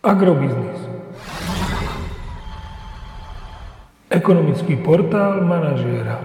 Agrobiznis. Ekonomický portál manažéra.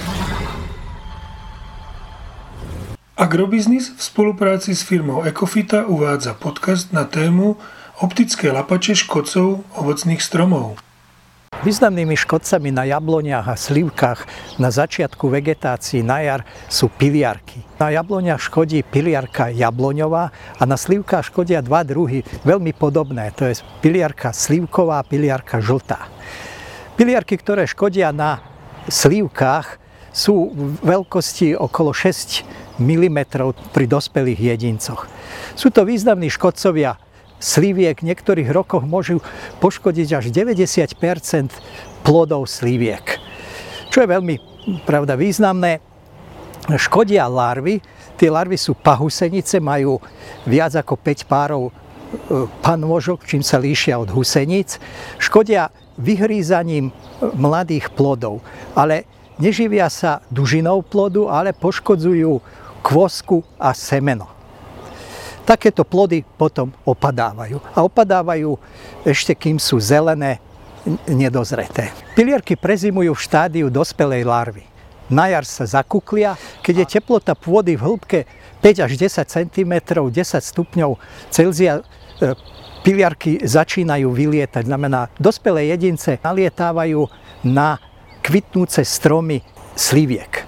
Agrobiznis v spolupráci s firmou Ecofita uvádza podcast na tému optické lapače škodcov ovocných stromov. Významnými škodcami na jabloniach a slivkách na začiatku vegetácií na jar sú piliarky. Na jabloniach škodí piliarka jabloňová a na slivkách škodia dva druhy veľmi podobné. To je piliarka slivková a piliarka žltá. Piliarky, ktoré škodia na slivkách, sú v veľkosti okolo 6 mm pri dospelých jedincoch. Sú to významní škodcovia sliviek, v niektorých rokoch môžu poškodiť až 90% plodov sliviek. Čo je veľmi, pravda, významné, škodia larvy. Tie larvy sú pahusenice, majú viac ako 5 párov panôžok, čím sa líšia od huseníc. Škodia vyhrízaním mladých plodov, ale neživia sa dužinou plodu, ale poškodzujú kvosku a semeno. Takéto plody potom opadávajú. A opadávajú ešte, kým sú zelené, nedozreté. Piliarky prezimujú v štádiu dospelej larvy. Na jar sa zakuklia, keď je teplota pôdy v hĺbke 5 až 10 cm, 10 stupňov Celzia, piliarky začínajú vylietať. Znamená, dospelé jedince nalietávajú na kvitnúce stromy sliviek.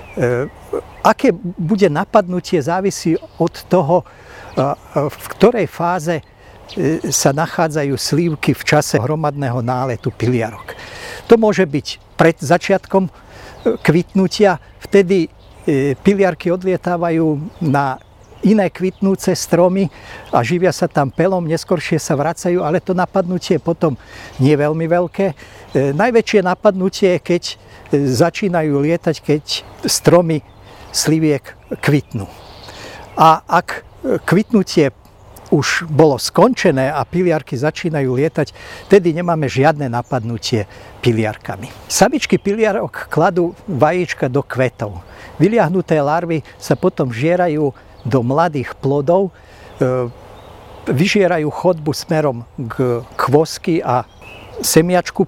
Aké bude napadnutie, závisí od toho, v ktorej fáze sa nachádzajú slívky v čase hromadného náletu piliarok. To môže byť pred začiatkom kvitnutia, vtedy piliarky odlietávajú na iné kvitnúce stromy a živia sa tam pelom, neskoršie sa vracajú, ale to napadnutie potom nie je veľmi veľké. Najväčšie napadnutie je, keď začínajú lietať, keď stromy sliviek kvitnú. A ak kvitnutie už bolo skončené a piliarky začínajú lietať, tedy nemáme žiadne napadnutie piliarkami. Samičky piliarok kladú vajíčka do kvetov. Vyliahnuté larvy sa potom vžierajú do mladých plodov, vyžierajú chodbu smerom k kvosky a semiačku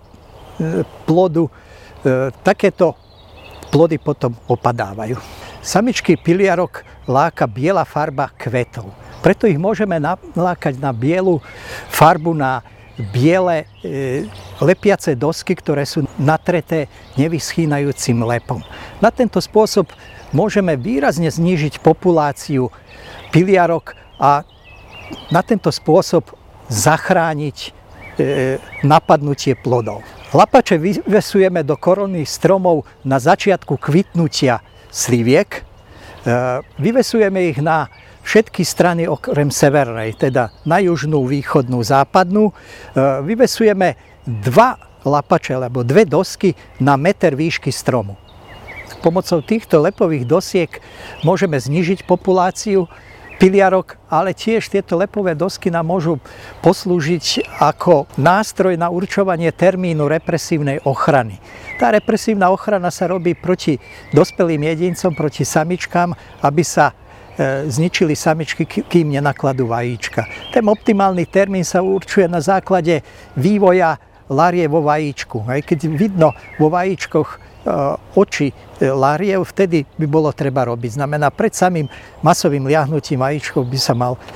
plodu. Takéto plody potom opadávajú. Samičky piliarok láka biela farba kvetov. Preto ich môžeme nalákať na bielu farbu, na biele lepiace dosky, ktoré sú natreté nevyschýnajúcim lepom. Na tento spôsob môžeme výrazne znížiť populáciu piliarok a na tento spôsob zachrániť napadnutie plodov. Lapače vyvesujeme do korony stromov na začiatku kvitnutia sliviek. Vyvesujeme ich na všetky strany okrem severnej, teda na južnú, východnú, západnú. Vyvesujeme 2 lapače, alebo 2 dosky na meter výšky stromu. Pomocou týchto lepových dosiek môžeme znížiť populáciu piliarok, ale tiež tieto lepové dosky nám môžu poslúžiť ako nástroj na určovanie termínu represívnej ochrany. Tá represívna ochrana sa robí proti dospelým jedincom, proti samičkám, aby sa zničili samičky, kým nenakladú vajíčka. Ten optimálny termín sa určuje na základe vývoja larie vo vajíčku. Keď vidno vo vajíčkoch oči lariev, vtedy by bolo treba robiť. Znamená, pred samým masovým liahnutím vajíčkov by sa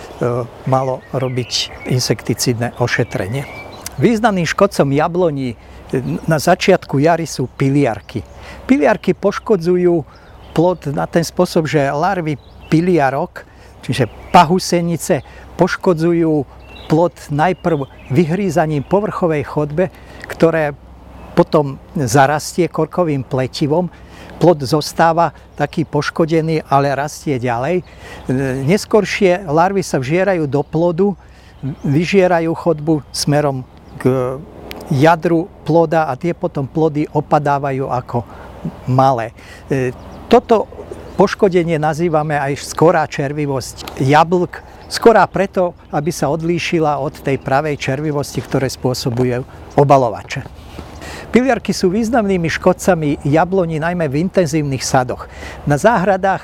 malo robiť insekticídne ošetrenie. Významným škodcom jabloní na začiatku jary sú piliarky. Piliarky poškodzujú plod na ten spôsob, že larvy piliarok, čiže pahusenice, poškodzujú plod najprv vyhrízaním povrchovej chodbe, ktoré potom zarastie korkovým pletivom. Plod zostáva taký poškodený, ale rastie ďalej. Neskoršie larvy sa vžierajú do plodu, vyžierajú chodbu smerom k jadru ploda a tie potom plody opadávajú ako malé. Toto poškodenie nazývame aj skorá červivosť jablk. Skorá preto, aby sa odlíšila od tej pravej červivosti, ktoré spôsobujú obalovače. Piliarky sú významnými škodcami jabloní, najmä v intenzívnych sadoch. Na záhradách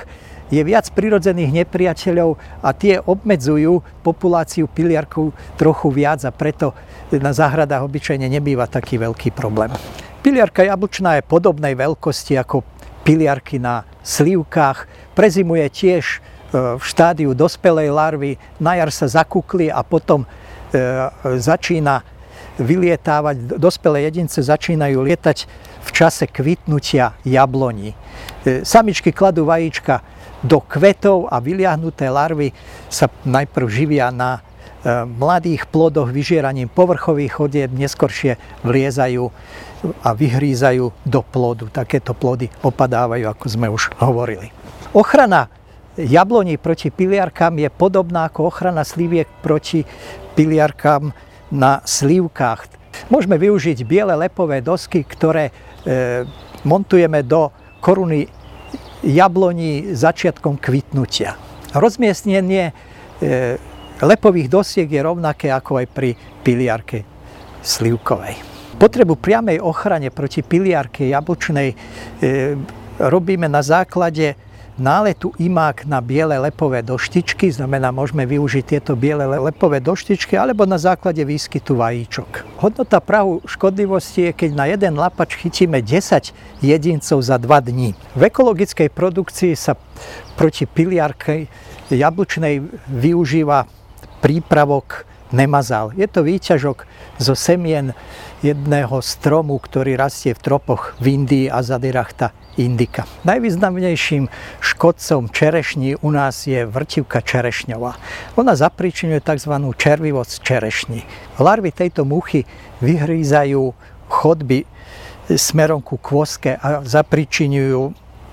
je viac prirodzených nepriateľov a tie obmedzujú populáciu piliarkov trochu viac a preto na záhradách obyčajne nebýva taký veľký problém. Piliarka jablčná je podobnej veľkosti ako piliarky na slivkách. Prezimuje tiež v štádiu dospelej larvy, na jar sa zakukli a potom začína vylietávať. Dospelé jedince začínajú lietať v čase kvitnutia jabloní. Samičky kladú vajíčka do kvetov a vyliahnuté larvy sa najprv živia na mladých plodoch vyžieraním povrchových chodieb, neskoršie vliezajú a vyhrízajú do plodu. Takéto plody opadávajú, ako sme už hovorili. Ochrana jabloní proti piliarkám je podobná ako ochrana sliviek proti piliarkám na slivkách. Môžeme využiť biele lepové dosky, ktoré montujeme do koruny jabloní začiatkom kvitnutia. Rozmiestnenie lepových dosiek je rovnaké ako aj pri piliarke slivkovej. Potrebu priamej ochrane proti piliarke jablčnej robíme na základe náletu imák na biele lepové doštičky, znamená, môžeme využiť tieto biele lepové doštičky alebo na základe výskytu vajíčok. Hodnota prahu škodlivosti je, keď na jeden lapač chytíme 10 jedincov za 2 dní. V ekologickej produkcii sa proti piliarke jablčnej využíva prípravok Nemazal. Je to výťažok zo semien jedného stromu, ktorý rastie v tropoch v Indii, Azadirachta indica. Najvýznamnejším škodcom čerešní u nás je vrtivka čerešňová. Ona zapríčinuje tzv. Červivosť čerešní. Larvy tejto muchy vyhrízajú chodby smerom ku kôske a zapríčinujú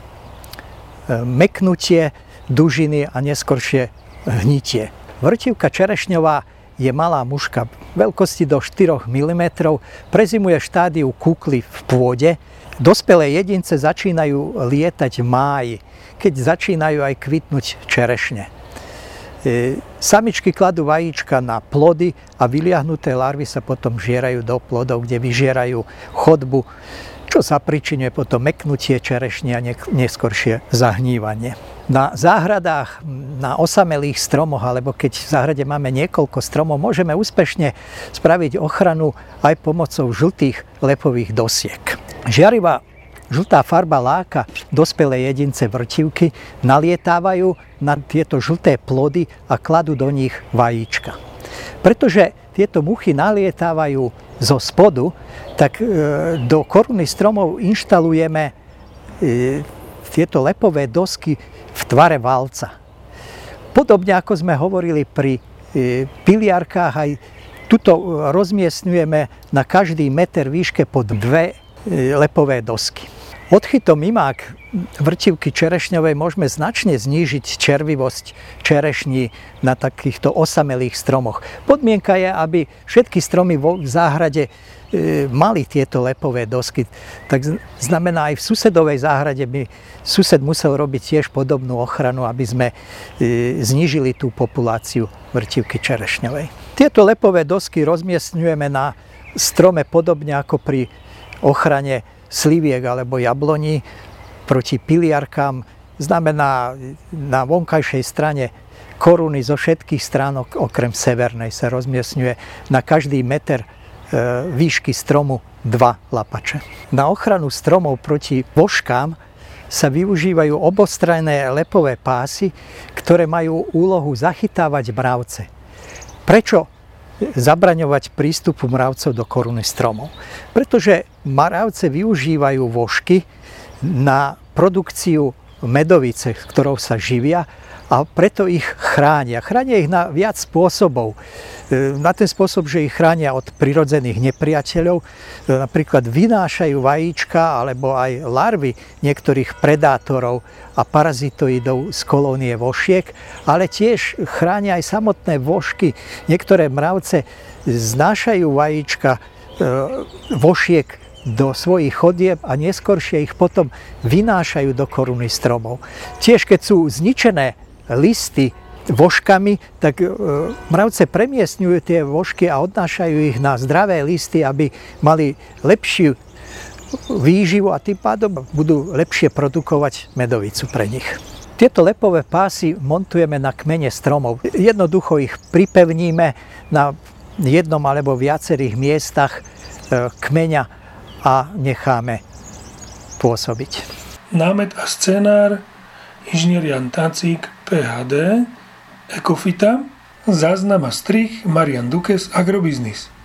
meknutie dužiny a neskoršie hnitie. Vrtivka čerešňová je malá muška veľkosti do 4 mm, prezimuje v štádiu kukly v pôde. Dospelé jedince začínajú lietať v máji, keď začínajú aj kvitnúť čerešne. Samičky kladú vajíčka na plody a vyliahnuté larvy sa potom žierajú do plodov, kde vyžierajú chodbu, čo zapríčinuje potom meknutie čerešne a neskoršie zahnívanie. Na záhradách, na osamelých stromoch, alebo keď v záhrade máme niekoľko stromov, môžeme úspešne spraviť ochranu aj pomocou žltých lepových dosiek. Žiarivá žltá farba láka dospelé jedince vrtivky, nalietávajú na tieto žlté plody a kladú do nich vajíčka. Pretože tieto muchy nalietávajú zo spodu, tak do koruny stromov inštalujeme tieto lepové dosky v tvare valca. Podobne ako sme hovorili pri piliarkách, aj tuto rozmiestňujeme na každý meter výške pod 2 lepové dosky. Odchytom imák vrtivky čerešňovej môžeme značne znížiť červivosť čerešní na takýchto osamelých stromoch. Podmienka je, aby všetky stromy v záhrade mali tieto lepové dosky. Tak znamená, aj v susedovej záhrade by sused musel robiť tiež podobnú ochranu, aby sme znížili tú populáciu vrtivky čerešňovej. Tieto lepové dosky rozmiestňujeme na strome podobne ako pri ochrane sliviek alebo jabloní proti piliarkám. Znamená, na vonkajšej strane koruny zo všetkých stránok, okrem severnej, sa rozmiestňuje na každý meter výšky stromu 2 lapače. Na ochranu stromov proti vožkám sa využívajú obostrajné lepové pásy, ktoré majú úlohu zachytávať mravce. Prečo zabraňovať prístupu mravcov do koruny stromov? Pretože mravce využívajú vožky na produkciu medovice, ktorou sa živia, a preto ich chránia. Chránia ich na viac spôsobov. Na ten spôsob, že ich chránia od prirodzených nepriateľov, napríklad vynášajú vajíčka alebo aj larvy niektorých predátorov a parazitoidov z kolónie vošiek, ale tiež chránia aj samotné vožky. Niektoré mravce znášajú vajíčka vošiek do svojich chodieb a neskoršie ich potom vynášajú do koruny stromov. Tiež keď sú zničené listy vožkami, tak mravce premiestňujú tie vožky a odnášajú ich na zdravé listy, aby mali lepšiu výživu a tým pádom budú lepšie produkovať medovicu pre nich. Tieto lepové pásy montujeme na kmene stromov. Jednoducho ich pripevníme na jednom alebo viacerých miestach kmeňa a necháme pôsobiť. Námet a scenár inžinier Jan Tacík, PhD, Ecofita, záznam a strih Marian Dukes, Agrobiznis.